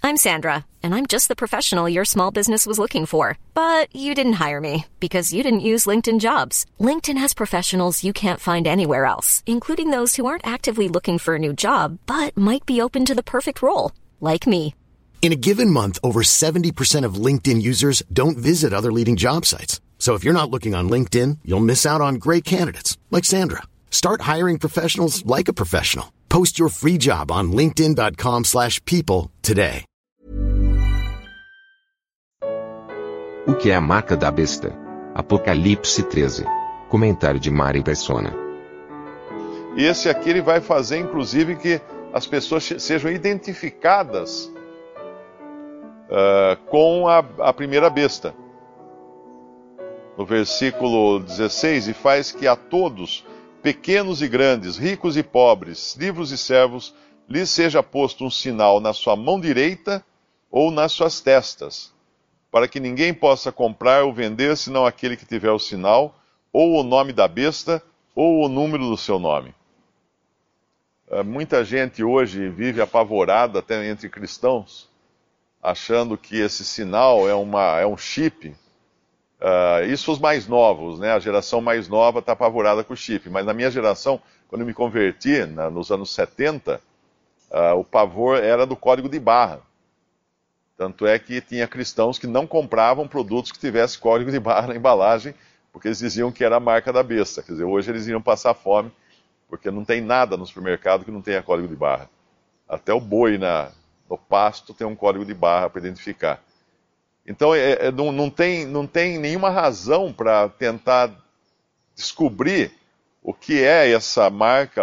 I'm Sandra, and I'm just the professional your small business was looking for. But you didn't hire me because you didn't use LinkedIn Jobs. LinkedIn has professionals you can't find anywhere else, including those who aren't actively looking for a new job, but might be open to the perfect role, like me. In a given month, over 70% of LinkedIn users don't visit other leading job sites. So if you're not looking on LinkedIn, you'll miss out on great candidates, like Sandra. Start hiring professionals like a professional. Post your free job on linkedin.com/people today. O que é a marca da besta? Apocalipse 13. Comentário de Mari Persona. E esse aqui ele vai fazer, inclusive, que as pessoas sejam identificadas com a primeira besta. No versículo 16, e faz que a todos, pequenos e grandes, ricos e pobres, livres e servos, lhes seja posto um sinal na sua mão direita ou nas suas testas, para que ninguém possa comprar ou vender senão aquele que tiver o sinal, ou o nome da besta, ou o número do seu nome. Muita gente hoje vive apavorada, até entre cristãos, achando que esse sinal é um chip. Isso os mais novos, né? A geração mais nova está apavorada com o chip. Mas na minha geração, quando eu me converti, nos anos 70, o pavor era do código de barra. Tanto é que tinha cristãos que não compravam produtos que tivessem código de barra na embalagem, porque eles diziam que era a marca da besta. Quer dizer, hoje eles iriam passar fome, porque não tem nada no supermercado que não tenha código de barra. Até o boi no pasto tem um código de barra para identificar. Então, não tem nenhuma razão para tentar descobrir o que é essa marca,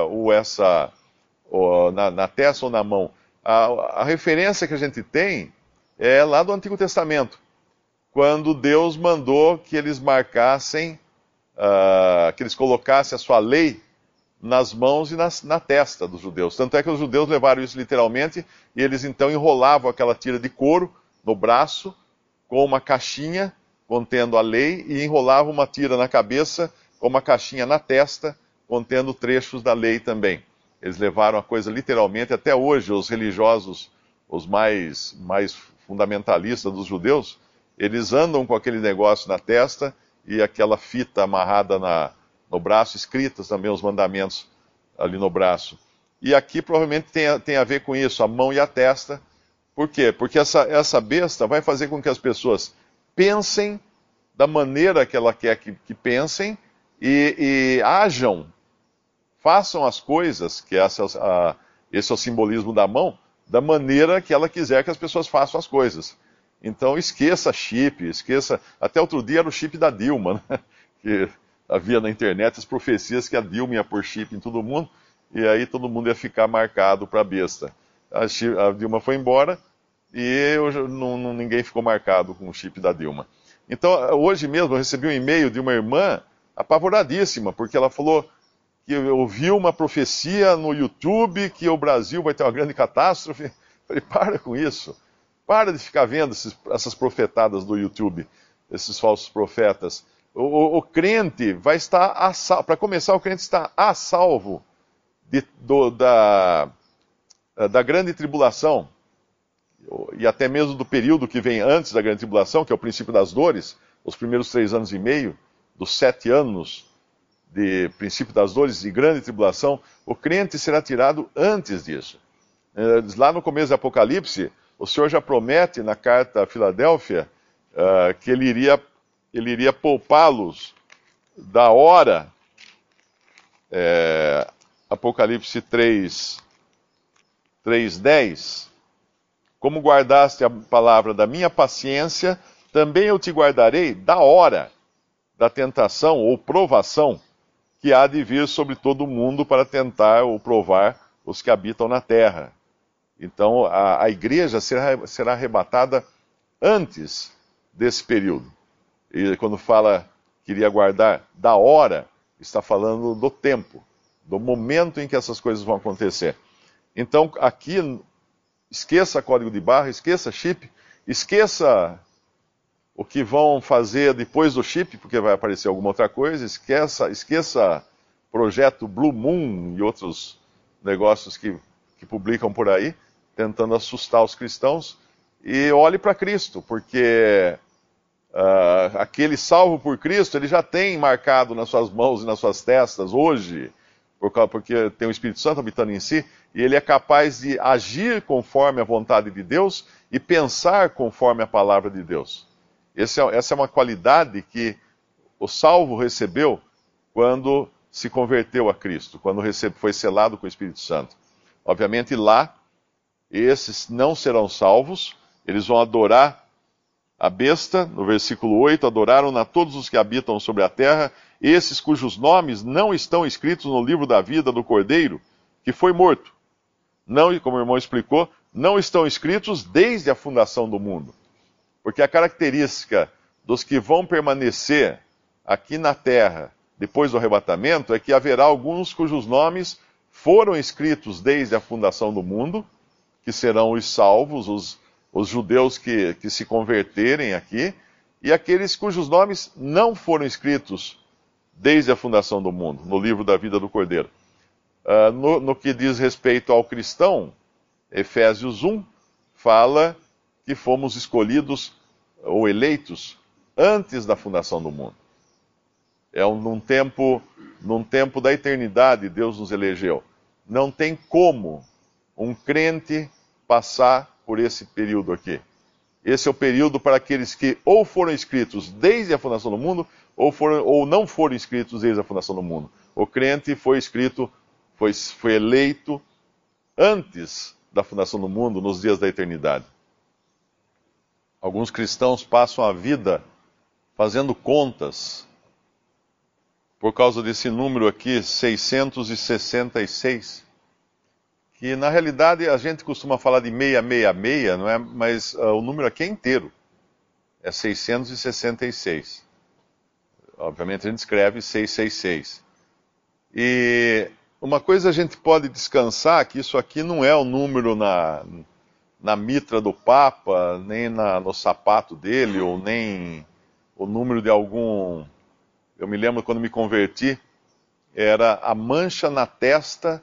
na testa ou na mão. A referência que a gente tem é lá do Antigo Testamento, quando Deus mandou que eles marcassem, que eles colocassem a sua lei nas mãos e na testa dos judeus. Tanto é que os judeus levaram isso literalmente, e eles então enrolavam aquela tira de couro no braço, com uma caixinha contendo a lei, e enrolavam uma tira na cabeça com uma caixinha na testa, contendo trechos da lei também. Eles levaram a coisa literalmente. Até hoje, os religiosos, os mais fundamentalistas dos judeus, eles andam com aquele negócio na testa e aquela fita amarrada no braço, escritas também os mandamentos ali no braço. E aqui provavelmente tem a ver com isso, a mão e a testa. Por quê? Porque essa besta vai fazer com que as pessoas pensem da maneira que ela quer que pensem e ajam, façam as coisas, que esse é o simbolismo da mão, da maneira que ela quiser que as pessoas façam as coisas. Então esqueça chip, até outro dia era o chip da Dilma, né? Que havia na internet as profecias que a Dilma ia pôr chip em todo mundo, e aí todo mundo ia ficar marcado para a besta. A Dilma foi embora e ninguém ficou marcado com o chip da Dilma. Então, hoje mesmo eu recebi um e-mail de uma irmã apavoradíssima, porque ela falou que ouviu uma profecia no YouTube que o Brasil vai ter uma grande catástrofe. Eu falei, para com isso. Para de ficar vendo essas profetadas do YouTube, esses falsos profetas. O crente vai estar a salvo. Para começar, o crente está a salvo da grande tribulação, e até mesmo do período que vem antes da grande tribulação, que é o princípio das dores, os primeiros 3 anos e meio, dos 7 anos de princípio das dores e grande tribulação, o crente será tirado antes disso. Lá no começo do Apocalipse, o Senhor já promete na carta a Filadélfia que ele iria poupá-los da hora. Apocalipse 3:10. Como guardaste a palavra da minha paciência, também eu te guardarei da hora da tentação ou provação que há de vir sobre todo o mundo para tentar ou provar os que habitam na terra. Então, a igreja será arrebatada antes desse período. E quando fala que iria guardar da hora, está falando do tempo, do momento em que essas coisas vão acontecer. Então, aqui, esqueça código de barra, esqueça chip, esqueça o que vão fazer depois do chip, porque vai aparecer alguma outra coisa, esqueça projeto Blue Moon e outros negócios que publicam por aí, tentando assustar os cristãos. e olhe para Cristo, porque aquele salvo por Cristo, ele já tem marcado nas suas mãos e nas suas testas hoje, porque tem o Espírito Santo habitando em si, e ele é capaz de agir conforme a vontade de Deus e pensar conforme a palavra de Deus. Essa é uma qualidade que o salvo recebeu quando se converteu a Cristo, quando foi selado com o Espírito Santo. Obviamente lá, esses não serão salvos, eles vão adorar a besta, no versículo 8, adoraram-na todos os que habitam sobre a terra, esses cujos nomes não estão escritos no livro da vida do Cordeiro, que foi morto. Não, e como o irmão explicou, não estão escritos desde a fundação do mundo. Porque a característica dos que vão permanecer aqui na terra depois do arrebatamento é que haverá alguns cujos nomes foram escritos desde a fundação do mundo, que serão os salvos, os judeus que se converterem aqui, e aqueles cujos nomes não foram escritos desde a fundação do mundo, no livro da vida do Cordeiro. No que diz respeito ao cristão, Efésios 1 fala que fomos escolhidos ou eleitos antes da fundação do mundo. Num tempo da eternidade, Deus nos elegeu. Não tem como um crente passar por esse período aqui. Esse é o período para aqueles que ou foram escritos desde a fundação do mundo, ou não foram escritos desde a fundação do mundo. O crente foi escrito, foi eleito antes da fundação do mundo, nos dias da eternidade. Alguns cristãos passam a vida fazendo contas por causa desse número aqui, 666, que na realidade a gente costuma falar de 666, não é? Mas o número aqui é inteiro, é 666. Obviamente a gente escreve 666. E uma coisa a gente pode descansar, que isso aqui não é o número na mitra do Papa, nem no sapato dele, ou nem o número de algum... Eu me lembro quando me converti, era a mancha na testa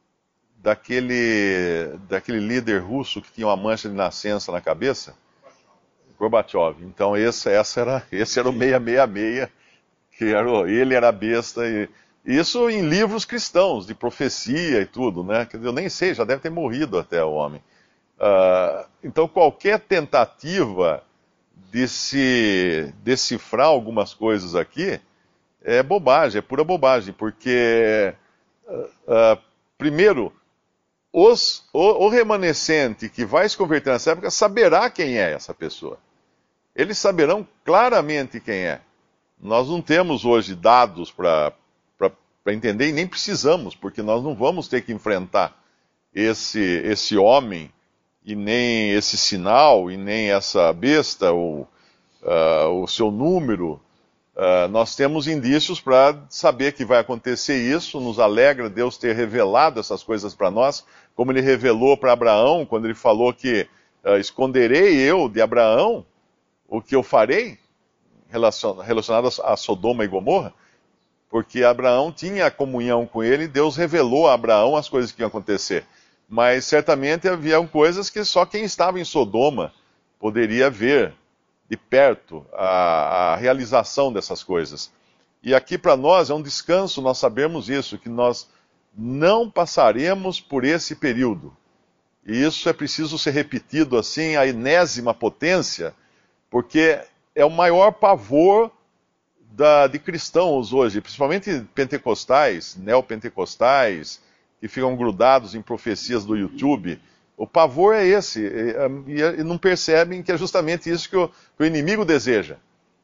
daquele líder russo que tinha uma mancha de nascença na cabeça, Gorbachev. Então esse era o 666, ele era a besta. E isso em livros cristãos, de profecia e tudo, né? Eu nem sei, já deve ter morrido até o homem. Então qualquer tentativa de se decifrar algumas coisas aqui é bobagem, é pura bobagem, porque, primeiro, o remanescente que vai se converter nessa época saberá quem é essa pessoa. Eles saberão claramente quem é. Nós não temos hoje dados para entender, e nem precisamos, porque nós não vamos ter que enfrentar esse homem, e nem esse sinal, e nem essa besta, ou o seu número. Nós temos indícios para saber que vai acontecer isso. Nos alegra Deus ter revelado essas coisas para nós, como ele revelou para Abraão, quando ele falou que esconderei eu de Abraão o que eu farei, relacionado a Sodoma e Gomorra, porque Abraão tinha comunhão com ele, e Deus revelou a Abraão as coisas que iam acontecer. Mas certamente haviam coisas que só quem estava em Sodoma poderia ver de perto a realização dessas coisas. E aqui para nós é um descanso nós sabemos isso, que nós não passaremos por esse período. E isso é preciso ser repetido assim, a enésima potência, porque é o maior pavor de cristãos hoje, principalmente pentecostais, neopentecostais, que ficam grudados em profecias do YouTube. O pavor é esse, e não percebem que é justamente isso que o inimigo deseja.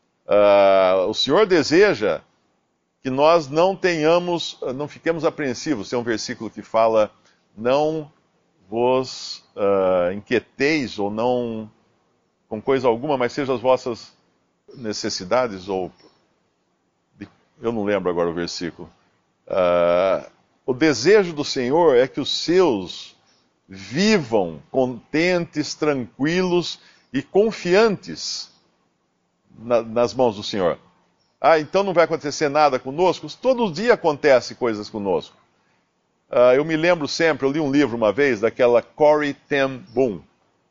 O Senhor deseja que nós não fiquemos apreensivos. Tem um versículo que fala, não vos inquieteis, ou não com coisa alguma, mas sejam as vossas necessidades, eu não lembro agora o versículo. O desejo do Senhor é que os seus vivam contentes, tranquilos e confiantes nas mãos do Senhor. Então não vai acontecer nada conosco? Todo dia acontece coisas conosco. Eu me lembro sempre, eu li um livro uma vez, daquela Corrie ten Boom.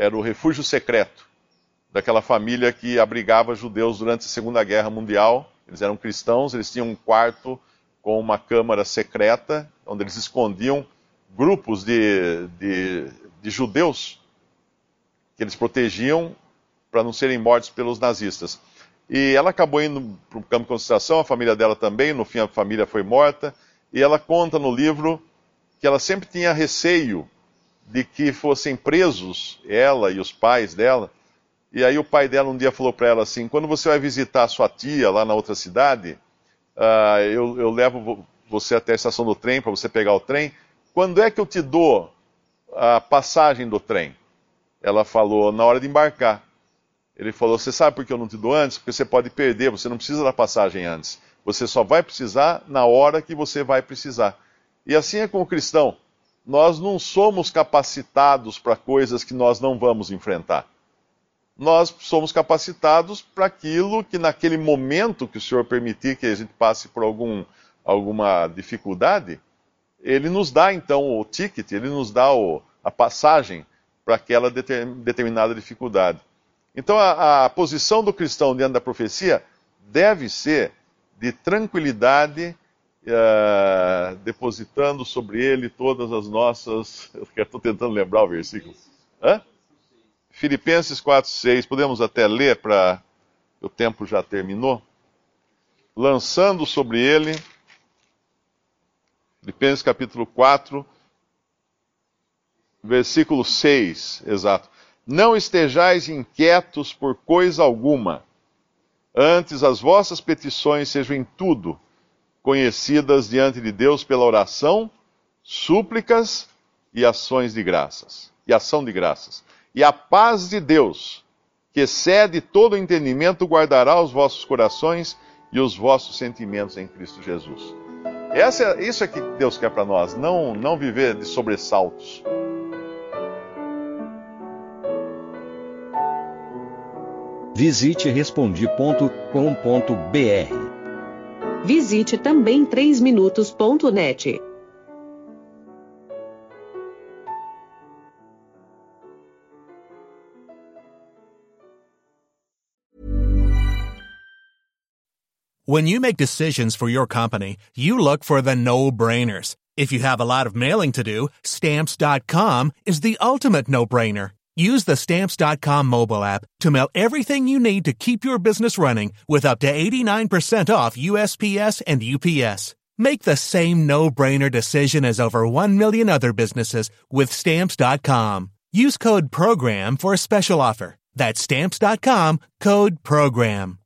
era o refúgio secreto daquela família que abrigava judeus durante a Segunda Guerra Mundial. Eles eram cristãos, eles tinham um quarto com uma câmara secreta, onde eles escondiam grupos de judeus que eles protegiam para não serem mortos pelos nazistas. E ela acabou indo para o campo de concentração, a família dela também, no fim a família foi morta, e ela conta no livro que ela sempre tinha receio de que fossem presos, ela e os pais dela. E aí o pai dela um dia falou para ela assim: quando você vai visitar a sua tia lá na outra cidade, eu levo você até a estação do trem para você pegar o trem. Quando é que eu te dou a passagem do trem? Ela falou: na hora de embarcar. Ele falou: você sabe por que eu não te dou antes? Porque você pode perder, você não precisa da passagem antes. Você só vai precisar na hora que você vai precisar. E assim é com o cristão. Nós não somos capacitados para coisas que nós não vamos enfrentar. Nós somos capacitados para aquilo que naquele momento que o Senhor permitir que a gente passe por alguma dificuldade, Ele nos dá então o ticket, Ele nos dá a passagem para aquela determinada dificuldade. Então a posição do cristão diante da profecia deve ser de tranquilidade, depositando sobre ele todas as nossas... Eu estou tentando lembrar o versículo. Filipenses 4:6, podemos até ler, o tempo já terminou. Lançando sobre ele, Filipenses capítulo 4, versículo 6, exato. Não estejais inquietos por coisa alguma, antes as vossas petições sejam em tudo conhecidas diante de Deus pela oração, súplicas e ações de graças. E ação de graças. E a paz de Deus, que excede todo o entendimento, guardará os vossos corações e os vossos sentimentos em Cristo Jesus. Isso é que Deus quer para nós, não viver de sobressaltos. Visite Respondi.com.br. Visite também 3minutos.net. When you make decisions for your company, you look for the no-brainers. If you have a lot of mailing to do, Stamps.com is the ultimate no-brainer. Use the Stamps.com mobile app to mail everything you need to keep your business running with up to 89% off USPS and UPS. Make the same no-brainer decision as over 1 million other businesses with Stamps.com. Use code PROGRAM for a special offer. That's Stamps.com, code PROGRAM.